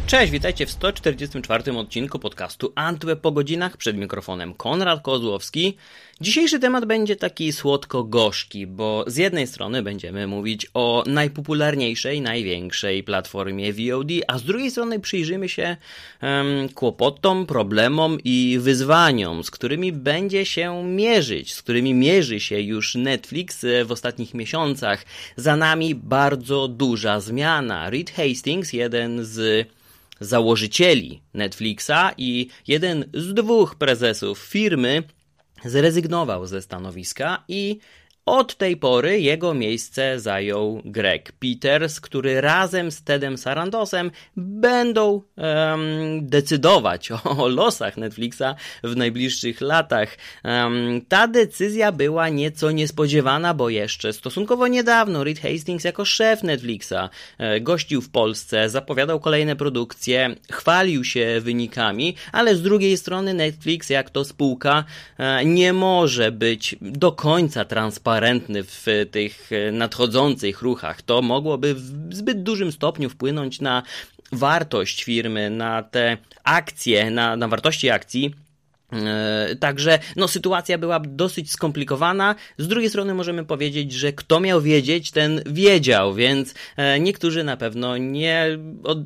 Cześć, witajcie w 144 odcinku podcastu Antweb po godzinach. Przed mikrofonem Konrad Kozłowski. Dzisiejszy temat będzie taki słodko-gorzki, bo z jednej strony będziemy mówić o najpopularniejszej, największej platformie VOD, a z drugiej strony przyjrzymy się kłopotom, problemom i wyzwaniom, z którymi będzie się mierzyć, z którymi mierzy się już Netflix w ostatnich miesiącach. Za nami bardzo duża zmiana. Reed Hastings, jeden z założycieli Netflixa i jeden z dwóch prezesów firmy, zrezygnował ze stanowiska i od tej pory jego miejsce zajął Greg Peters, który razem z Tedem Sarandosem będą decydować o losach Netflixa w najbliższych latach. Ta decyzja była nieco niespodziewana, bo jeszcze stosunkowo niedawno Reed Hastings jako szef Netflixa gościł w Polsce, zapowiadał kolejne produkcje, chwalił się wynikami, ale z drugiej strony Netflix, jak to spółka, nie może być do końca transparentny w tych nadchodzących ruchach. To mogłoby w zbyt dużym stopniu wpłynąć na wartość firmy, na te akcje, na wartości akcji. Także sytuacja była dosyć skomplikowana. Z drugiej strony możemy powiedzieć, że kto miał wiedzieć, ten wiedział, więc niektórzy na pewno nie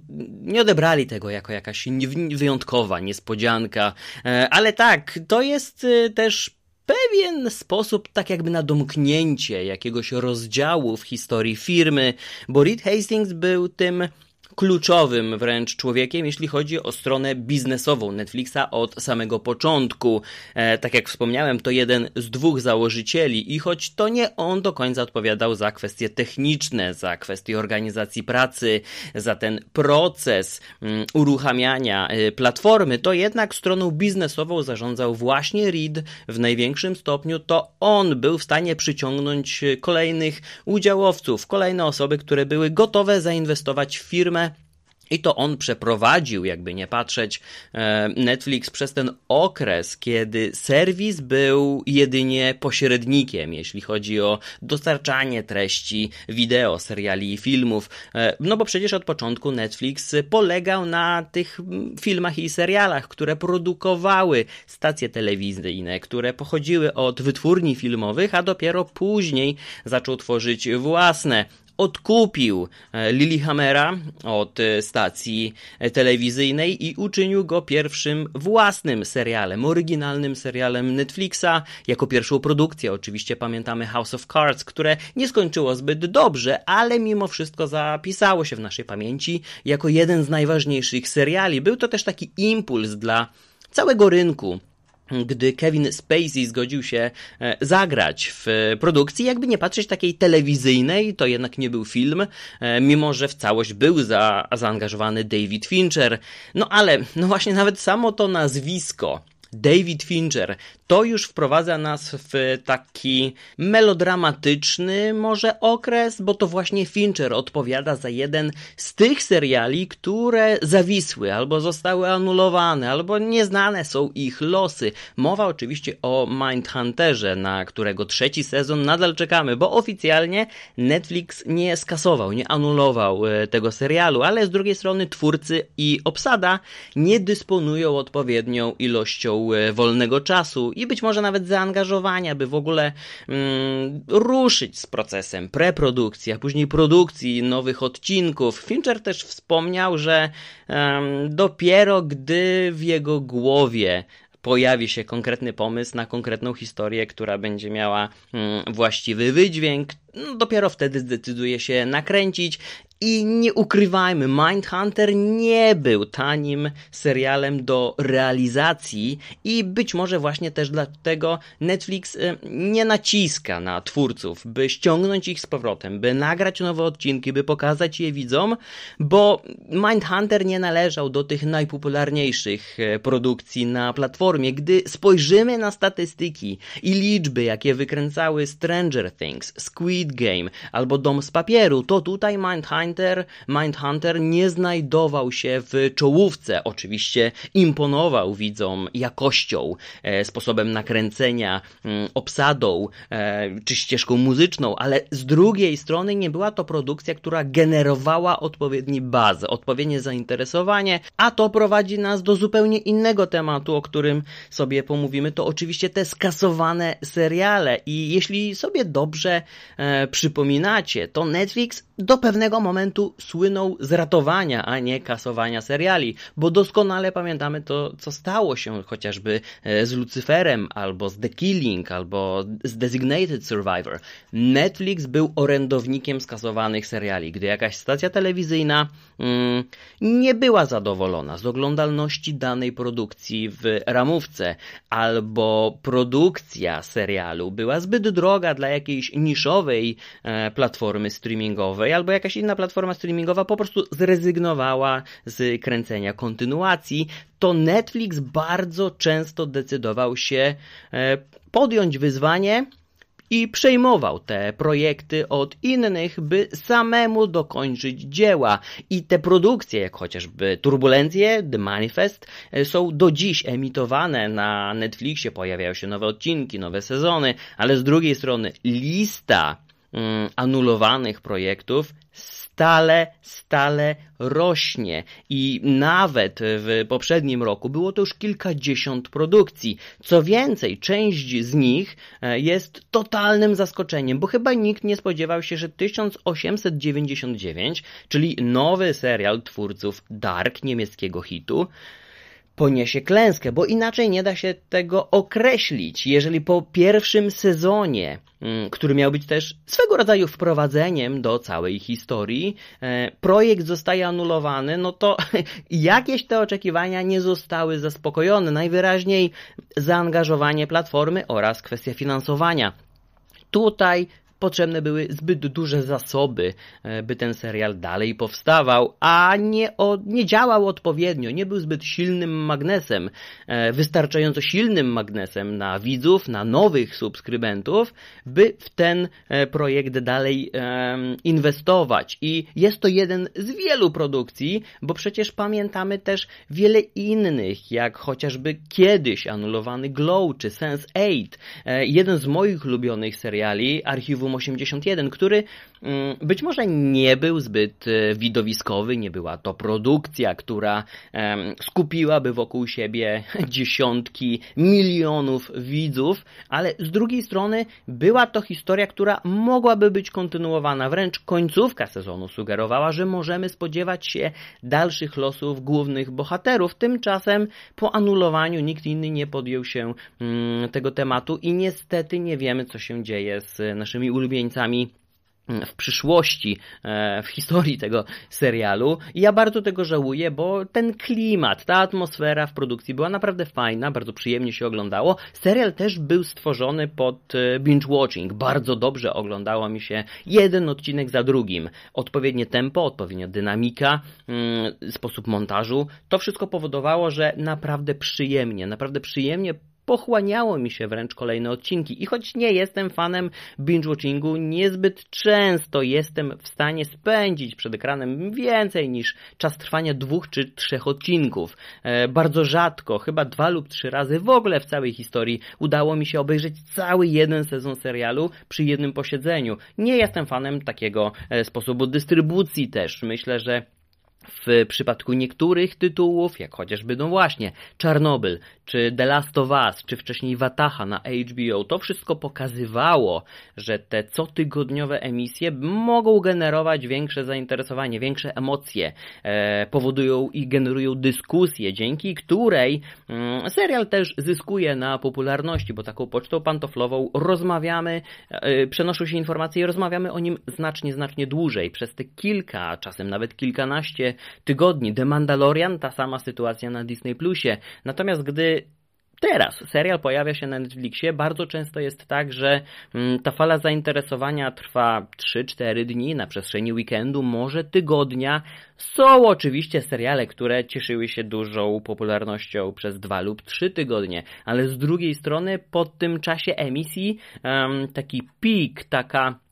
odebrali tego jako jakaś wyjątkowa niespodzianka. Ale tak, to jest też pewien sposób tak jakby na domknięcie jakiegoś rozdziału w historii firmy, bo Reed Hastings był tym kluczowym wręcz człowiekiem, jeśli chodzi o stronę biznesową Netflixa od samego początku. Tak jak wspomniałem, to jeden z dwóch założycieli i choć to nie on do końca odpowiadał za kwestie techniczne, za kwestie organizacji pracy, za ten proces uruchamiania platformy, to jednak stroną biznesową zarządzał właśnie Reed w największym stopniu. To on był w stanie przyciągnąć kolejnych udziałowców, kolejne osoby, które były gotowe zainwestować w firmę. I to on przeprowadził, jakby nie patrzeć, Netflix przez ten okres, kiedy serwis był jedynie pośrednikiem, jeśli chodzi o dostarczanie treści wideo, seriali i filmów. No bo przecież od początku Netflix polegał na tych filmach i serialach, które produkowały stacje telewizyjne, które pochodziły od wytwórni filmowych, a dopiero później zaczął tworzyć własne. Odkupił Lilyhammera od stacji telewizyjnej i uczynił go pierwszym własnym serialem, oryginalnym serialem Netflixa. Jako pierwszą produkcję oczywiście pamiętamy House of Cards, które nie skończyło zbyt dobrze, ale mimo wszystko zapisało się w naszej pamięci jako jeden z najważniejszych seriali. Był to też taki impuls dla całego rynku. Gdy Kevin Spacey zgodził się zagrać w produkcji, jakby nie patrzeć takiej telewizyjnej, to jednak nie był film, mimo że w całość był zaangażowany David Fincher. Ale właśnie nawet samo to nazwisko, David Fincher, to już wprowadza nas w taki melodramatyczny może okres, bo to właśnie Fincher odpowiada za jeden z tych seriali, które zawisły, albo zostały anulowane, albo nieznane są ich losy. Mowa oczywiście o Mindhunterze, na którego trzeci sezon nadal czekamy, bo oficjalnie Netflix nie skasował, nie anulował tego serialu, ale z drugiej strony twórcy i obsada nie dysponują odpowiednią ilością wolnego czasu i być może nawet zaangażowania, by w ogóle ruszyć z procesem preprodukcji, a później produkcji nowych odcinków. Fincher też wspomniał, że dopiero gdy w jego głowie pojawi się konkretny pomysł na konkretną historię, która będzie miała właściwy wydźwięk, dopiero wtedy zdecyduje się nakręcić. I nie ukrywajmy, Mindhunter nie był tanim serialem do realizacji i być może właśnie też dlatego Netflix nie naciska na twórców, by ściągnąć ich z powrotem, by nagrać nowe odcinki, by pokazać je widzom, bo Mindhunter nie należał do tych najpopularniejszych produkcji na platformie. Gdy spojrzymy na statystyki i liczby, jakie wykręcały Stranger Things, Squid Game albo Dom z papieru, to tutaj Mindhunter Mindhunter nie znajdował się w czołówce. Oczywiście imponował widzom jakością, sposobem nakręcenia, obsadą czy ścieżką muzyczną, ale z drugiej strony nie była to produkcja, która generowała odpowiedni baz, odpowiednie zainteresowanie, a to prowadzi nas do zupełnie innego tematu, o którym sobie pomówimy, to oczywiście te skasowane seriale. I jeśli sobie dobrze przypominacie, to Netflix do pewnego momentu słynął z ratowania, a nie kasowania seriali, bo doskonale pamiętamy to, co stało się chociażby z Lucyferem, albo z The Killing, albo z Designated Survivor. Netflix był orędownikiem skasowanych seriali. Gdy jakaś stacja telewizyjna nie była zadowolona z oglądalności danej produkcji w ramówce, albo produkcja serialu była zbyt droga dla jakiejś niszowej platformy streamingowej, albo jakaś inna platforma streamingowa po prostu zrezygnowała z kręcenia kontynuacji, to Netflix bardzo często decydował się podjąć wyzwanie i przejmował te projekty od innych, by samemu dokończyć dzieła. I te produkcje, jak chociażby Turbulencje, The Manifest, są do dziś emitowane na Netflixie, pojawiają się nowe odcinki, nowe sezony, ale z drugiej strony lista anulowanych projektów stale rośnie i nawet w poprzednim roku było to już kilkadziesiąt produkcji. Co więcej, część z nich jest totalnym zaskoczeniem, bo chyba nikt nie spodziewał się, że 1899, czyli nowy serial twórców Dark, niemieckiego hitu, poniesie klęskę, bo inaczej nie da się tego określić. Jeżeli po pierwszym sezonie, który miał być też swego rodzaju wprowadzeniem do całej historii, projekt zostaje anulowany, no to jakieś te oczekiwania nie zostały zaspokojone. Najwyraźniej zaangażowanie platformy oraz kwestia finansowania. Tutaj potrzebne były zbyt duże zasoby, by ten serial dalej powstawał, a nie działał odpowiednio, nie był zbyt silnym magnesem, wystarczająco silnym magnesem na widzów, na nowych subskrybentów, by w ten projekt dalej inwestować. I jest to jeden z wielu produkcji, bo przecież pamiętamy też wiele innych, jak chociażby kiedyś anulowany Glow czy Sense8, jeden z moich ulubionych seriali, Archiwum 81, który być może nie był zbyt widowiskowy, nie była to produkcja, która skupiłaby wokół siebie dziesiątki milionów widzów, ale z drugiej strony była to historia, która mogłaby być kontynuowana, wręcz końcówka sezonu sugerowała, że możemy spodziewać się dalszych losów głównych bohaterów. Tymczasem po anulowaniu nikt inny nie podjął się tego tematu i niestety nie wiemy, co się dzieje z naszymi ulubieńcami w przyszłości, w historii tego serialu. I ja bardzo tego żałuję, bo ten klimat, ta atmosfera w produkcji była naprawdę fajna, bardzo przyjemnie się oglądało. Serial też był stworzony pod binge-watching. Bardzo dobrze oglądało mi się jeden odcinek za drugim. Odpowiednie tempo, odpowiednia dynamika, sposób montażu. To wszystko powodowało, że naprawdę przyjemnie pochłaniało mi się wręcz kolejne odcinki. I choć nie jestem fanem binge-watchingu, niezbyt często jestem w stanie spędzić przed ekranem więcej niż czas trwania 2 czy 3 odcinków. Bardzo rzadko, chyba 2 lub 3 razy w ogóle w całej historii udało mi się obejrzeć cały jeden sezon serialu przy jednym posiedzeniu. Nie jestem fanem takiego sposobu dystrybucji też. Myślę, że w przypadku niektórych tytułów, jak chociażby no właśnie Czarnobyl, czy The Last of Us, czy wcześniej Wataha na HBO, to wszystko pokazywało, że te cotygodniowe emisje mogą generować większe zainteresowanie, większe emocje, powodują i generują dyskusję, dzięki której serial też zyskuje na popularności, bo taką pocztą pantoflową rozmawiamy, przenoszą się informacje i rozmawiamy o nim znacznie dłużej, przez te kilka, czasem nawet kilkanaście tygodni. The Mandalorian, ta sama sytuacja na Disney Plusie. Natomiast gdy teraz serial pojawia się na Netflixie, bardzo często jest tak, że ta fala zainteresowania trwa 3-4 dni na przestrzeni weekendu, może tygodnia. Są oczywiście seriale, które cieszyły się dużą popularnością przez 2 lub 3 tygodnie, ale z drugiej strony po tym czasie emisji taki pik, taka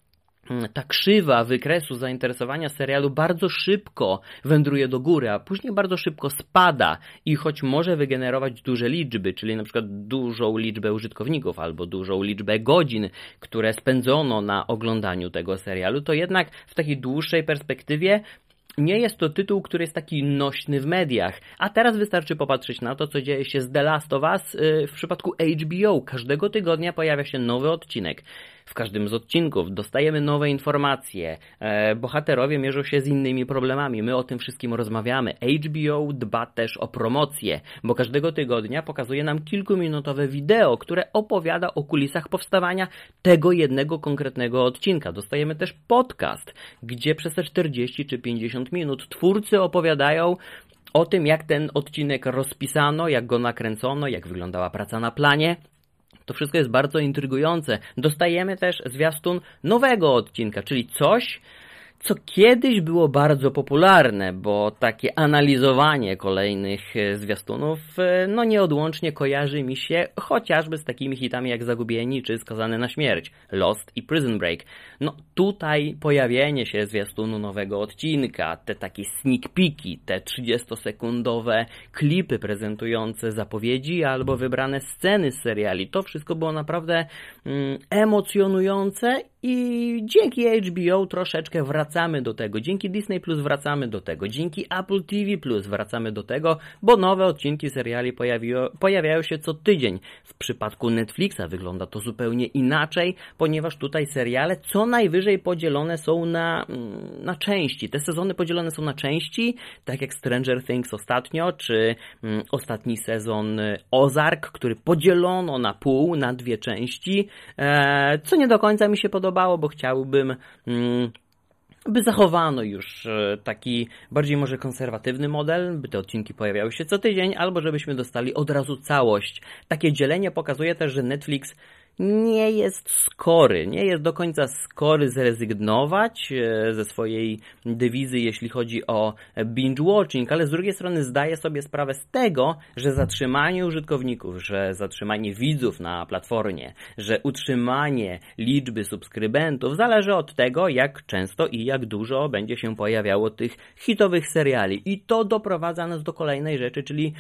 ta krzywa wykresu zainteresowania serialu bardzo szybko wędruje do góry, a później bardzo szybko spada i choć może wygenerować duże liczby, czyli na przykład dużą liczbę użytkowników albo dużą liczbę godzin, które spędzono na oglądaniu tego serialu, to jednak w takiej dłuższej perspektywie nie jest to tytuł, który jest taki nośny w mediach. A teraz wystarczy popatrzeć na to, co dzieje się z The Last of Us w przypadku HBO. Każdego tygodnia pojawia się nowy odcinek. W każdym z odcinków dostajemy nowe informacje. Bohaterowie mierzą się z innymi problemami. My o tym wszystkim rozmawiamy. HBO dba też o promocję, bo każdego tygodnia pokazuje nam kilkuminutowe wideo, które opowiada o kulisach powstawania tego jednego konkretnego odcinka. Dostajemy też podcast, gdzie przez te 40 czy 50 minut twórcy opowiadają o tym, jak ten odcinek rozpisano, jak go nakręcono, jak wyglądała praca na planie. To wszystko jest bardzo intrygujące. Dostajemy też zwiastun nowego odcinka, czyli coś, co kiedyś było bardzo popularne, bo takie analizowanie kolejnych zwiastunów nieodłącznie kojarzy mi się chociażby z takimi hitami jak Zagubieni czy Skazany na śmierć, Lost i Prison Break. Tutaj pojawienie się zwiastunu nowego odcinka, te takie sneak peeki, te 30-sekundowe klipy prezentujące zapowiedzi albo wybrane sceny z seriali, to wszystko było naprawdę emocjonujące i dzięki HBO troszeczkę wracamy do tego, dzięki Disney Plus wracamy do tego, dzięki Apple TV Plus wracamy do tego, bo nowe odcinki seriali pojawiają się co tydzień. W przypadku Netflixa wygląda to zupełnie inaczej, ponieważ tutaj seriale co najwyżej podzielone są na części. Te sezony podzielone są na części, tak jak Stranger Things ostatnio, czy ostatni sezon Ozark, który podzielono na pół, na dwie części, co nie do końca mi się podobało, bo chciałbym, by zachowano już taki bardziej może konserwatywny model, by te odcinki pojawiały się co tydzień, albo żebyśmy dostali od razu całość. Takie dzielenie pokazuje też, że Netflix nie jest do końca skory zrezygnować ze swojej dewizy, jeśli chodzi o binge-watching, ale z drugiej strony zdaje sobie sprawę z tego, że zatrzymanie użytkowników, że zatrzymanie widzów na platformie, że utrzymanie liczby subskrybentów zależy od tego, jak często i jak dużo będzie się pojawiało tych hitowych seriali. I to doprowadza nas do kolejnej rzeczy, czyli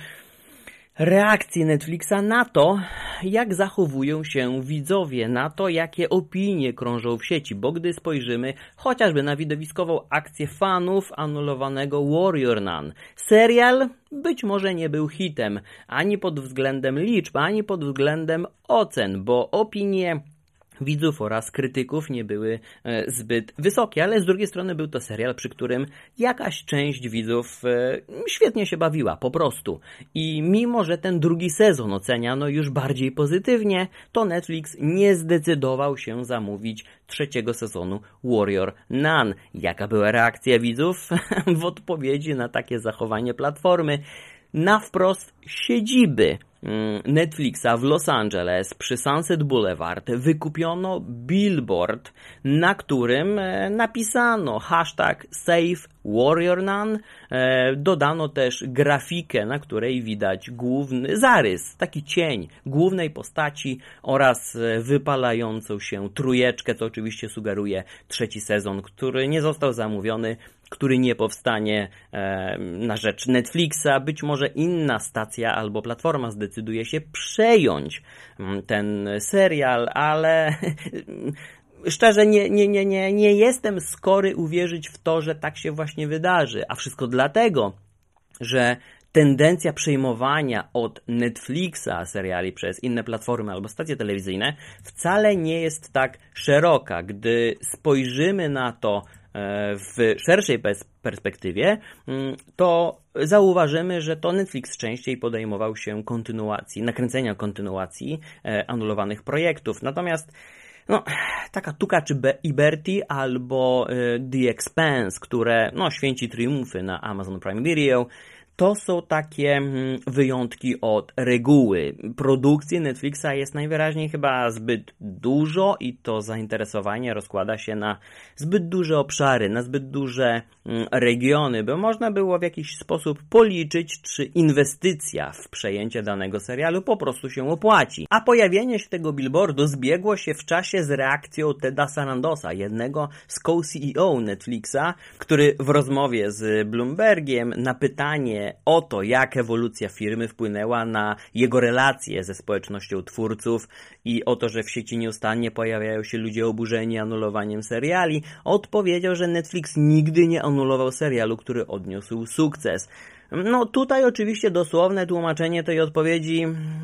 reakcji Netflixa na to, jak zachowują się widzowie, na to, jakie opinie krążą w sieci, bo gdy spojrzymy chociażby na widowiskową akcję fanów anulowanego Warrior Nun, serial być może nie był hitem, ani pod względem liczb, ani pod względem ocen, bo opinie widzów oraz krytyków nie były zbyt wysokie, ale z drugiej strony był to serial, przy którym jakaś część widzów świetnie się bawiła, po prostu. I mimo, że ten drugi sezon oceniano już bardziej pozytywnie, to Netflix nie zdecydował się zamówić trzeciego sezonu Warrior Nun. Jaka była reakcja widzów w odpowiedzi na takie zachowanie platformy? Na wprost siedziby Netflixa w Los Angeles przy Sunset Boulevard wykupiono billboard, na którym napisano #Save Warrior Nun. Dodano też grafikę, na której widać główny zarys, taki cień głównej postaci oraz wypalającą się trójeczkę, co oczywiście sugeruje trzeci sezon, który nie został zamówiony, który nie powstanie na rzecz Netflixa. Być może inna stacja albo platforma zdecyduje się przejąć ten serial, ale szczerze nie jestem skory uwierzyć w to, że tak się właśnie wydarzy. A wszystko dlatego, że tendencja przejmowania od Netflixa seriali przez inne platformy albo stacje telewizyjne wcale nie jest tak szeroka. Gdy spojrzymy na to w szerszej perspektywie, to zauważymy, że to Netflix częściej podejmował się nakręcenia kontynuacji anulowanych projektów. Natomiast taka Tuka czy Bertie albo The Expanse, które święci triumfy na Amazon Prime Video, To są takie wyjątki od reguły. Produkcji Netflixa jest najwyraźniej chyba zbyt dużo i to zainteresowanie rozkłada się na zbyt duże obszary, na zbyt duże regiony, by można było w jakiś sposób policzyć, czy inwestycja w przejęcie danego serialu po prostu się opłaci. A pojawienie się tego billboardu zbiegło się w czasie z reakcją Teda Sarandosa, jednego z co-CEO Netflixa, który w rozmowie z Bloombergiem na pytanie o to, jak ewolucja firmy wpłynęła na jego relacje ze społecznością twórców i o to, że w sieci nieustannie pojawiają się ludzie oburzeni anulowaniem seriali, odpowiedział, że Netflix nigdy nie anulował serialu, który odniósł sukces. No tutaj oczywiście dosłowne tłumaczenie tej odpowiedzi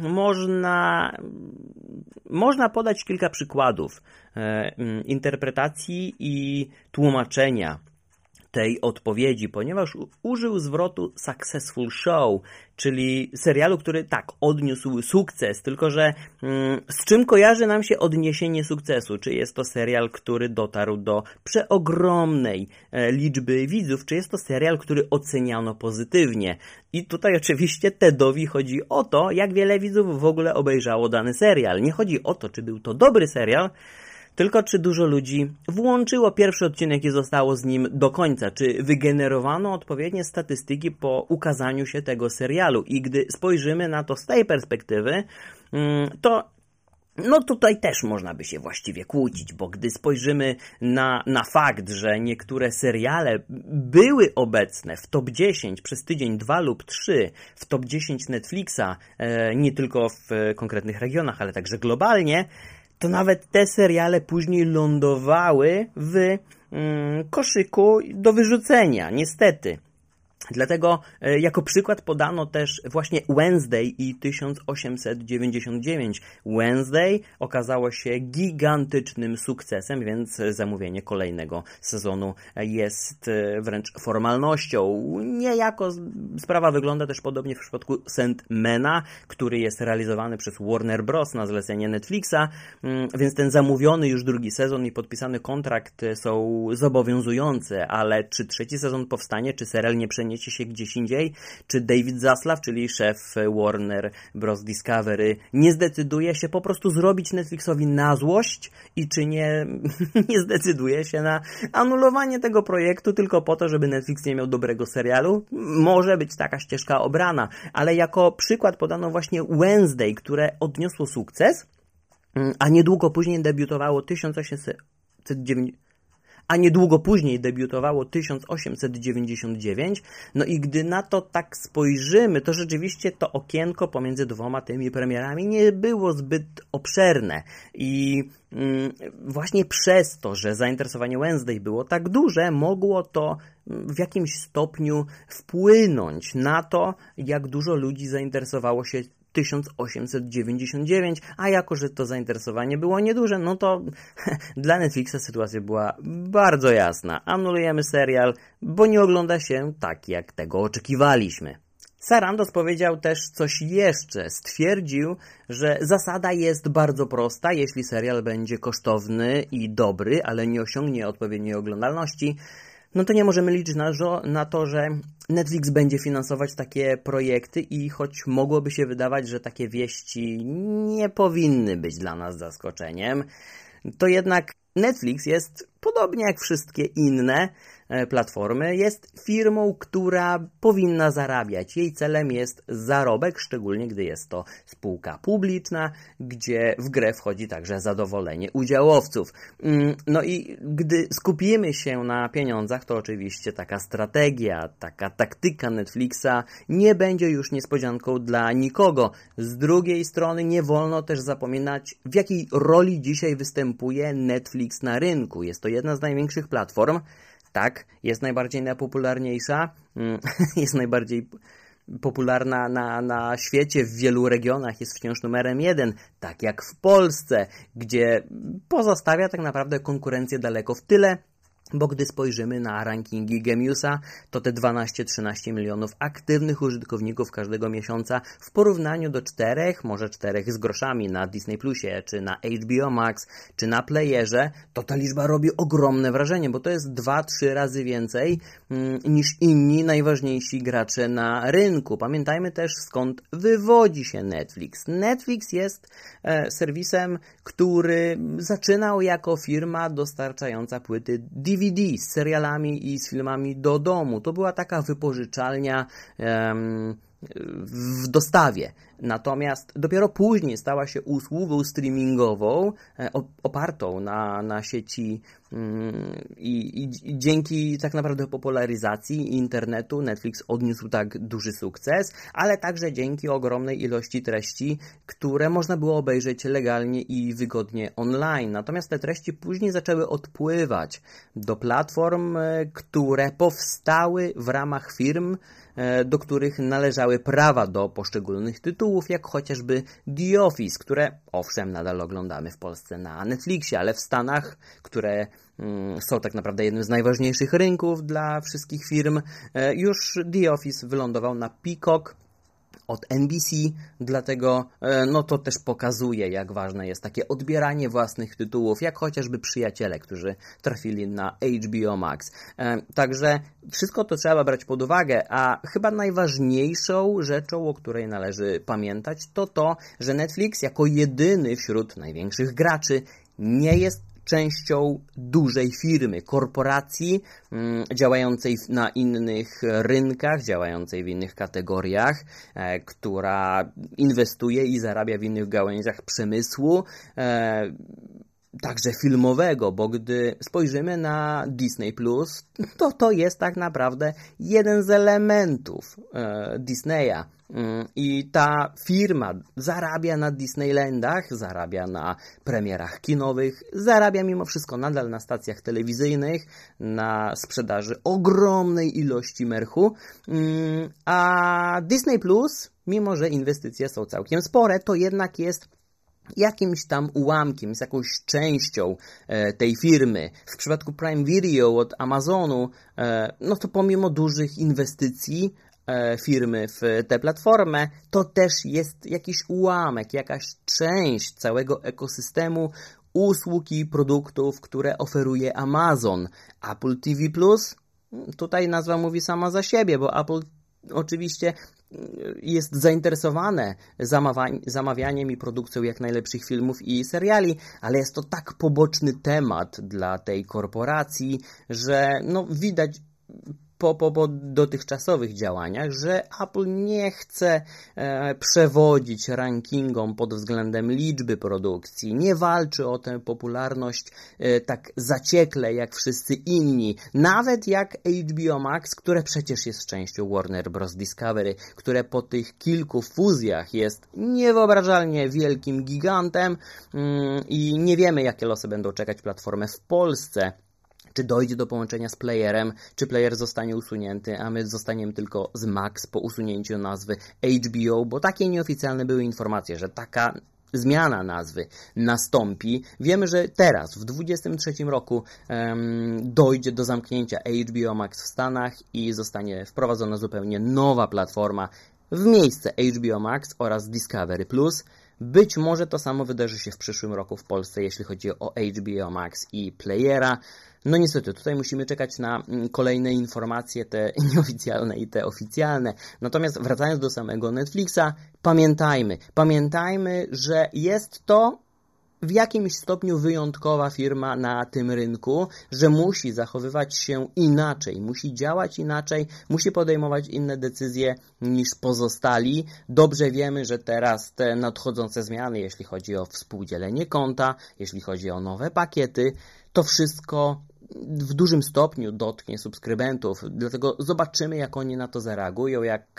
można podać kilka przykładów interpretacji i tłumaczenia tej odpowiedzi, ponieważ użył zwrotu successful show, czyli serialu, który tak odniósł sukces, tylko że z czym kojarzy nam się odniesienie sukcesu? Czy jest to serial, który dotarł do przeogromnej liczby widzów, czy jest to serial, który oceniano pozytywnie? I tutaj oczywiście Tedowi chodzi o to, jak wiele widzów w ogóle obejrzało dany serial. Nie chodzi o to, czy był to dobry serial, tylko czy dużo ludzi włączyło pierwszy odcinek i zostało z nim do końca, czy wygenerowano odpowiednie statystyki po ukazaniu się tego serialu. I gdy spojrzymy na to z tej perspektywy, to tutaj też można by się właściwie kłócić, bo gdy spojrzymy na fakt, że niektóre seriale były obecne w top 10 przez tydzień, 2 lub 3, w top 10 Netflixa, nie tylko w konkretnych regionach, ale także globalnie, to nawet te seriale później lądowały w koszyku do wyrzucenia, niestety. Dlatego jako przykład podano też właśnie Wednesday i 1899. Wednesday okazało się gigantycznym sukcesem, więc zamówienie kolejnego sezonu jest wręcz formalnością. Niejako sprawa wygląda też podobnie w przypadku Sandmana, który jest realizowany przez Warner Bros. Na zlecenie Netflixa, więc ten zamówiony już drugi sezon i podpisany kontrakt są zobowiązujące, ale czy trzeci sezon powstanie, czy serial nie przeniesiecie się gdzieś indziej, czy David Zaslav, czyli szef Warner Bros. Discovery, nie zdecyduje się po prostu zrobić Netflixowi na złość i czy nie zdecyduje się na anulowanie tego projektu tylko po to, żeby Netflix nie miał dobrego serialu? Może być taka ścieżka obrana, ale jako przykład podano właśnie Wednesday, które odniosło sukces, a niedługo później debiutowało 1899, no i gdy na to tak spojrzymy, to rzeczywiście to okienko pomiędzy dwoma tymi premierami nie było zbyt obszerne i właśnie przez to, że zainteresowanie Wednesday było tak duże, mogło to w jakimś stopniu wpłynąć na to, jak dużo ludzi zainteresowało się 1899, a jako, że to zainteresowanie było nieduże, no to dla Netflixa sytuacja była bardzo jasna. Anulujemy serial, bo nie ogląda się tak, jak tego oczekiwaliśmy. Sarandos powiedział też coś jeszcze. Stwierdził, że zasada jest bardzo prosta. Jeśli serial będzie kosztowny i dobry, ale nie osiągnie odpowiedniej oglądalności, no to nie możemy liczyć na to, że Netflix będzie finansować takie projekty i choć mogłoby się wydawać, że takie wieści nie powinny być dla nas zaskoczeniem, to jednak Netflix jest, podobnie jak wszystkie inne platformy, jest firmą, która powinna zarabiać. Jej celem jest zarobek, szczególnie gdy jest to spółka publiczna, gdzie w grę wchodzi także zadowolenie udziałowców. No i gdy skupimy się na pieniądzach, to oczywiście taka strategia, taka taktyka Netflixa nie będzie już niespodzianką dla nikogo. Z drugiej strony nie wolno też zapominać, w jakiej roli dzisiaj występuje Netflix na rynku. Jest to jedna z największych platform. Tak, jest najbardziej najpopularniejsza, jest najbardziej popularna na świecie, w wielu regionach jest wciąż numerem 1, tak jak w Polsce, gdzie pozostawia tak naprawdę konkurencję daleko w tyle, Bo gdy spojrzymy na rankingi Gemiusa, to te 12-13 milionów aktywnych użytkowników każdego miesiąca w porównaniu do 4, może 4 z groszami na Disney Plusie, czy na HBO Max, czy na Playerze, to ta liczba robi ogromne wrażenie, bo to jest 2-3 razy więcej niż inni najważniejsi gracze na rynku. Pamiętajmy też, skąd wywodzi się Netflix. Netflix jest serwisem, który zaczynał jako firma dostarczająca płyty DVD z serialami i z filmami do domu. To była taka wypożyczalnia w dostawie. Natomiast dopiero później stała się usługą streamingową opartą na sieci i dzięki tak naprawdę popularyzacji internetu Netflix odniósł tak duży sukces, ale także dzięki ogromnej ilości treści, które można było obejrzeć legalnie i wygodnie online. Natomiast te treści później zaczęły odpływać do platform, które powstały w ramach firm, do których należały prawa do poszczególnych tytułów, jak chociażby The Office, które owszem nadal oglądamy w Polsce na Netflixie, ale w Stanach, które są tak naprawdę jednym z najważniejszych rynków dla wszystkich firm, już The Office wylądował na Peacock od NBC, dlatego to też pokazuje, jak ważne jest takie odbieranie własnych tytułów, jak chociażby Przyjaciele, którzy trafili na HBO Max. Także wszystko to trzeba brać pod uwagę, a chyba najważniejszą rzeczą, o której należy pamiętać, to, że Netflix jako jedyny wśród największych graczy nie jest częścią dużej firmy, korporacji działającej na innych rynkach, działającej w innych kategoriach, która inwestuje i zarabia w innych gałęziach przemysłu, także filmowego, bo gdy spojrzymy na Disney Plus, to jest tak naprawdę jeden z elementów Disneya. I ta firma zarabia na Disneylandach, zarabia na premierach kinowych, zarabia mimo wszystko nadal na stacjach telewizyjnych, na sprzedaży ogromnej ilości merchu, a Disney Plus, mimo że inwestycje są całkiem spore, to jednak jest jakimś tam ułamkiem, jest jakąś częścią tej firmy. W przypadku Prime Video od Amazonu, to pomimo dużych inwestycji firmy w tę platformę, to też jest jakiś ułamek, jakaś część całego ekosystemu usług i produktów, które oferuje Amazon. Apple TV+, tutaj nazwa mówi sama za siebie, bo Apple oczywiście jest zainteresowane zamawianiem i produkcją jak najlepszych filmów i seriali, ale jest to tak poboczny temat dla tej korporacji, że widać po dotychczasowych działaniach, że Apple nie chce przewodzić rankingom pod względem liczby produkcji, nie walczy o tę popularność tak zaciekle jak wszyscy inni, nawet jak HBO Max, które przecież jest częścią Warner Bros. Discovery, które po tych kilku fuzjach jest niewyobrażalnie wielkim gigantem i nie wiemy, jakie losy będą czekać platformę w Polsce. Czy dojdzie do połączenia z Playerem, czy Player zostanie usunięty, a my zostaniemy tylko z Max po usunięciu nazwy HBO, bo takie nieoficjalne były informacje, że taka zmiana nazwy nastąpi. Wiemy, że teraz, w 2023 roku dojdzie do zamknięcia HBO Max w Stanach i zostanie wprowadzona zupełnie nowa platforma w miejsce HBO Max oraz Discovery+. Być może to samo wydarzy się w przyszłym roku w Polsce, jeśli chodzi o HBO Max i Playera. Niestety, tutaj musimy czekać na kolejne informacje, te nieoficjalne i te oficjalne. Natomiast wracając do samego Netflixa, pamiętajmy, że jest to w jakimś stopniu wyjątkowa firma na tym rynku, że musi zachowywać się inaczej, musi działać inaczej, musi podejmować inne decyzje niż pozostali. Dobrze wiemy, że teraz te nadchodzące zmiany, jeśli chodzi o współdzielenie konta, jeśli chodzi o nowe pakiety, to wszystko w dużym stopniu dotknie subskrybentów, dlatego zobaczymy, jak oni na to zareagują,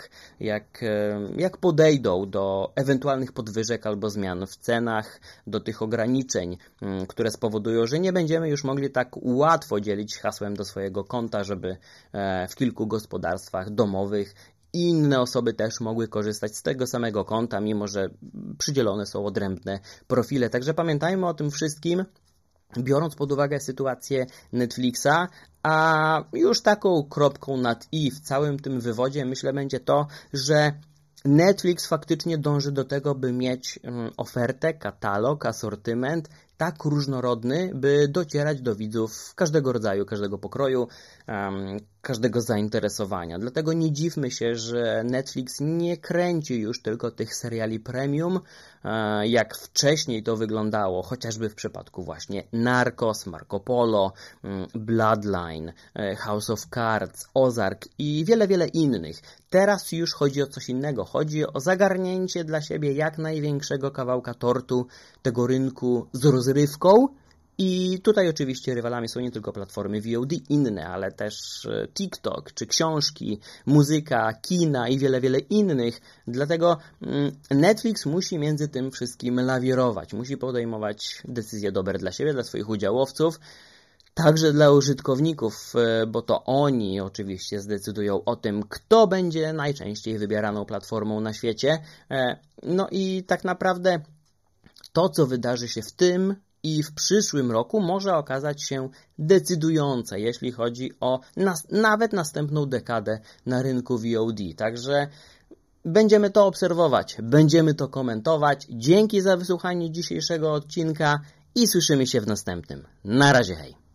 jak podejdą do ewentualnych podwyżek albo zmian w cenach, do tych ograniczeń, które spowodują, że nie będziemy już mogli tak łatwo dzielić hasłem do swojego konta, żeby w kilku gospodarstwach domowych inne osoby też mogły korzystać z tego samego konta, mimo że przydzielone są odrębne profile. Także pamiętajmy o tym wszystkim. biorąc pod uwagę sytuację Netflixa, a już taką kropką nad i w całym tym wywodzie myślę będzie to, że Netflix faktycznie dąży do tego, by mieć ofertę, katalog, asortyment tak różnorodny, by docierać do widzów każdego rodzaju, każdego pokroju, każdego zainteresowania. Dlatego nie dziwmy się, że Netflix nie kręci już tylko tych seriali premium, jak wcześniej to wyglądało, chociażby w przypadku właśnie Narcos, Marco Polo, Bloodline, House of Cards, Ozark i wiele, wiele innych. Teraz już chodzi o coś innego. Chodzi o zagarnięcie dla siebie jak największego kawałka tortu tego rynku z rozrywką. I tutaj oczywiście rywalami są nie tylko platformy VOD inne, ale też TikTok, czy książki, muzyka, kina i wiele, wiele innych. Dlatego Netflix musi między tym wszystkim lawirować. Musi podejmować decyzje dobre dla siebie, dla swoich udziałowców, także dla użytkowników, bo to oni oczywiście zdecydują o tym, kto będzie najczęściej wybieraną platformą na świecie. No i tak naprawdę to, co wydarzy się w tym i w przyszłym roku, może okazać się decydujące, jeśli chodzi o nawet następną dekadę na rynku VOD. Także będziemy to obserwować, będziemy to komentować. Dzięki za wysłuchanie dzisiejszego odcinka i słyszymy się w następnym. Na razie, hej!